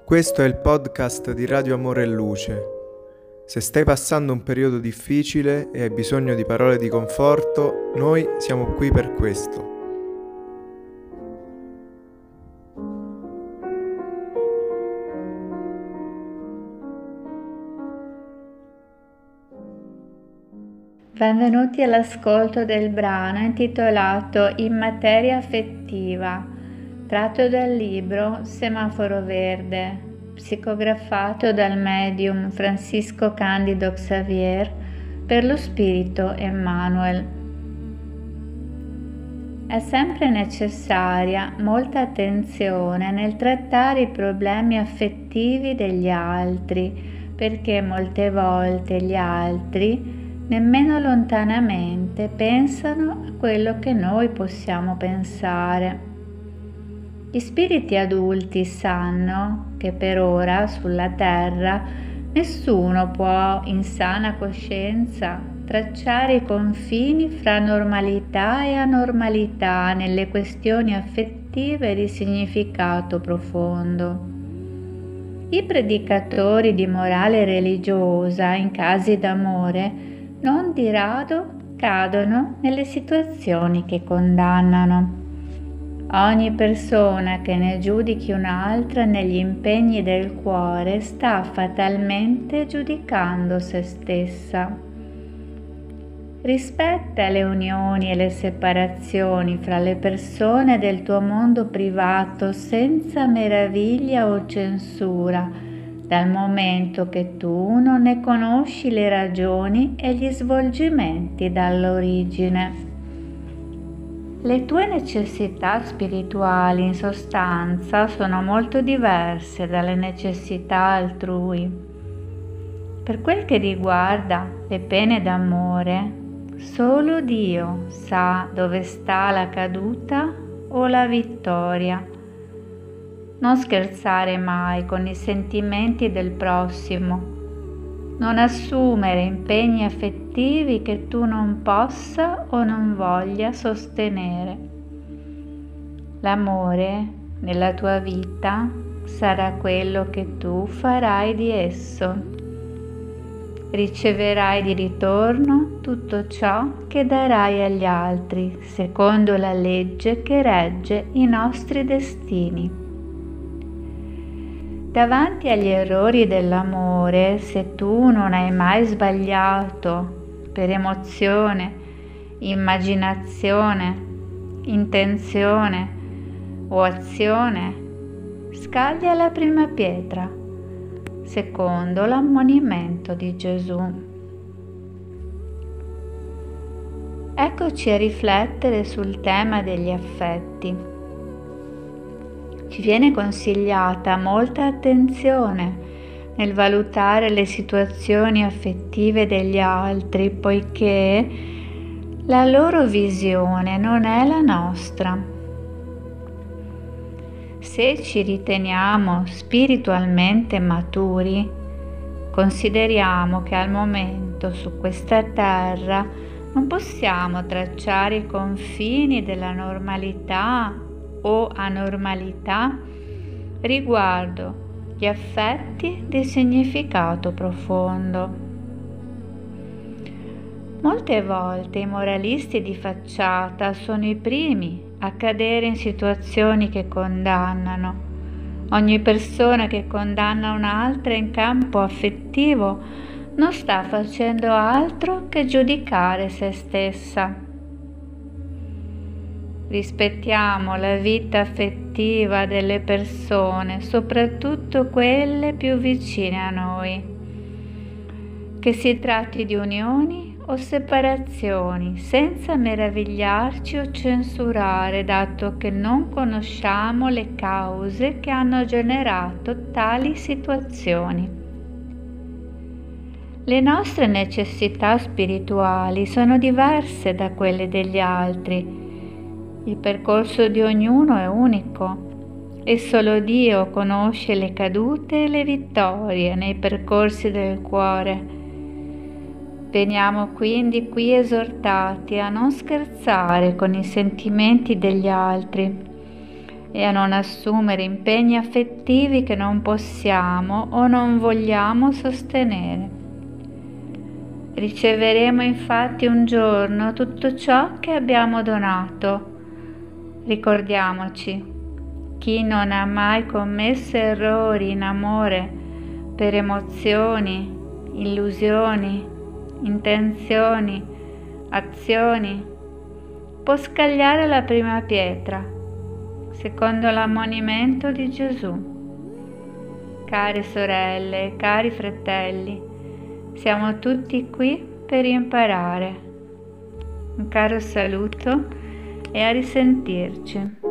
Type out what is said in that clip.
Questo è il podcast di Radio Amore e Luce. Se stai passando un periodo difficile e hai bisogno di parole di conforto, noi siamo qui per questo. Benvenuti all'ascolto del brano intitolato In materia affettiva, tratto dal libro Semaforo Verde, psicografato dal medium Francisco Candido Xavier per lo spirito Emmanuel. È sempre necessaria molta attenzione nel trattare i problemi affettivi degli altri, perché molte volte gli altri nemmeno lontanamente pensano a quello che noi possiamo pensare. Gli spiriti adulti sanno che per ora sulla terra nessuno può in sana coscienza tracciare i confini fra normalità e anormalità nelle questioni affettive di significato profondo. I predicatori di morale religiosa in casi d'amore non di rado cadono nelle situazioni che condannano. Ogni persona che ne giudichi un'altra negli impegni del cuore sta fatalmente giudicando se stessa. Rispetta le unioni e le separazioni fra le persone del tuo mondo privato senza meraviglia o censura, dal momento che tu non ne conosci le ragioni e gli svolgimenti dall'origine. Le tue necessità spirituali, in sostanza, sono molto diverse dalle necessità altrui. Per quel che riguarda le pene d'amore, solo Dio sa dove sta la caduta o la vittoria. Non scherzare mai con i sentimenti del prossimo. Non assumere impegni affettivi che tu non possa o non voglia sostenere. L'amore nella tua vita sarà quello che tu farai di esso. Riceverai di ritorno tutto ciò che darai agli altri, secondo la legge che regge i nostri destini. Davanti agli errori dell'amore, se tu non hai mai sbagliato per emozione, immaginazione, intenzione o azione, scaglia la prima pietra, secondo l'ammonimento di Gesù. Eccoci a riflettere sul tema degli affetti. Ci viene consigliata molta attenzione nel valutare le situazioni affettive degli altri, poiché la loro visione non è la nostra. Se ci riteniamo spiritualmente maturi, consideriamo che al momento su questa terra non possiamo tracciare i confini della normalità o anormalità riguardo gli affetti di significato profondo. Molte volte i moralisti di facciata sono i primi a cadere in situazioni che condannano. Ogni persona che condanna un'altra in campo affettivo non sta facendo altro che giudicare se stessa. Rispettiamo la vita affettiva delle persone, soprattutto quelle più vicine a noi. Che si tratti di unioni o separazioni, senza meravigliarci o censurare, dato che non conosciamo le cause che hanno generato tali situazioni. Le nostre necessità spirituali sono diverse da quelle degli altri. Il percorso di ognuno è unico e solo Dio conosce le cadute e le vittorie nei percorsi del cuore. Veniamo quindi qui esortati a non scherzare con i sentimenti degli altri e a non assumere impegni affettivi che non possiamo o non vogliamo sostenere. Riceveremo infatti un giorno tutto ciò che abbiamo donato. Ricordiamoci, chi non ha mai commesso errori in amore per emozioni, illusioni, intenzioni, azioni, può scagliare la prima pietra, secondo l'ammonimento di Gesù. Care sorelle e cari fratelli, siamo tutti qui per imparare. Un caro saluto e a risentirci.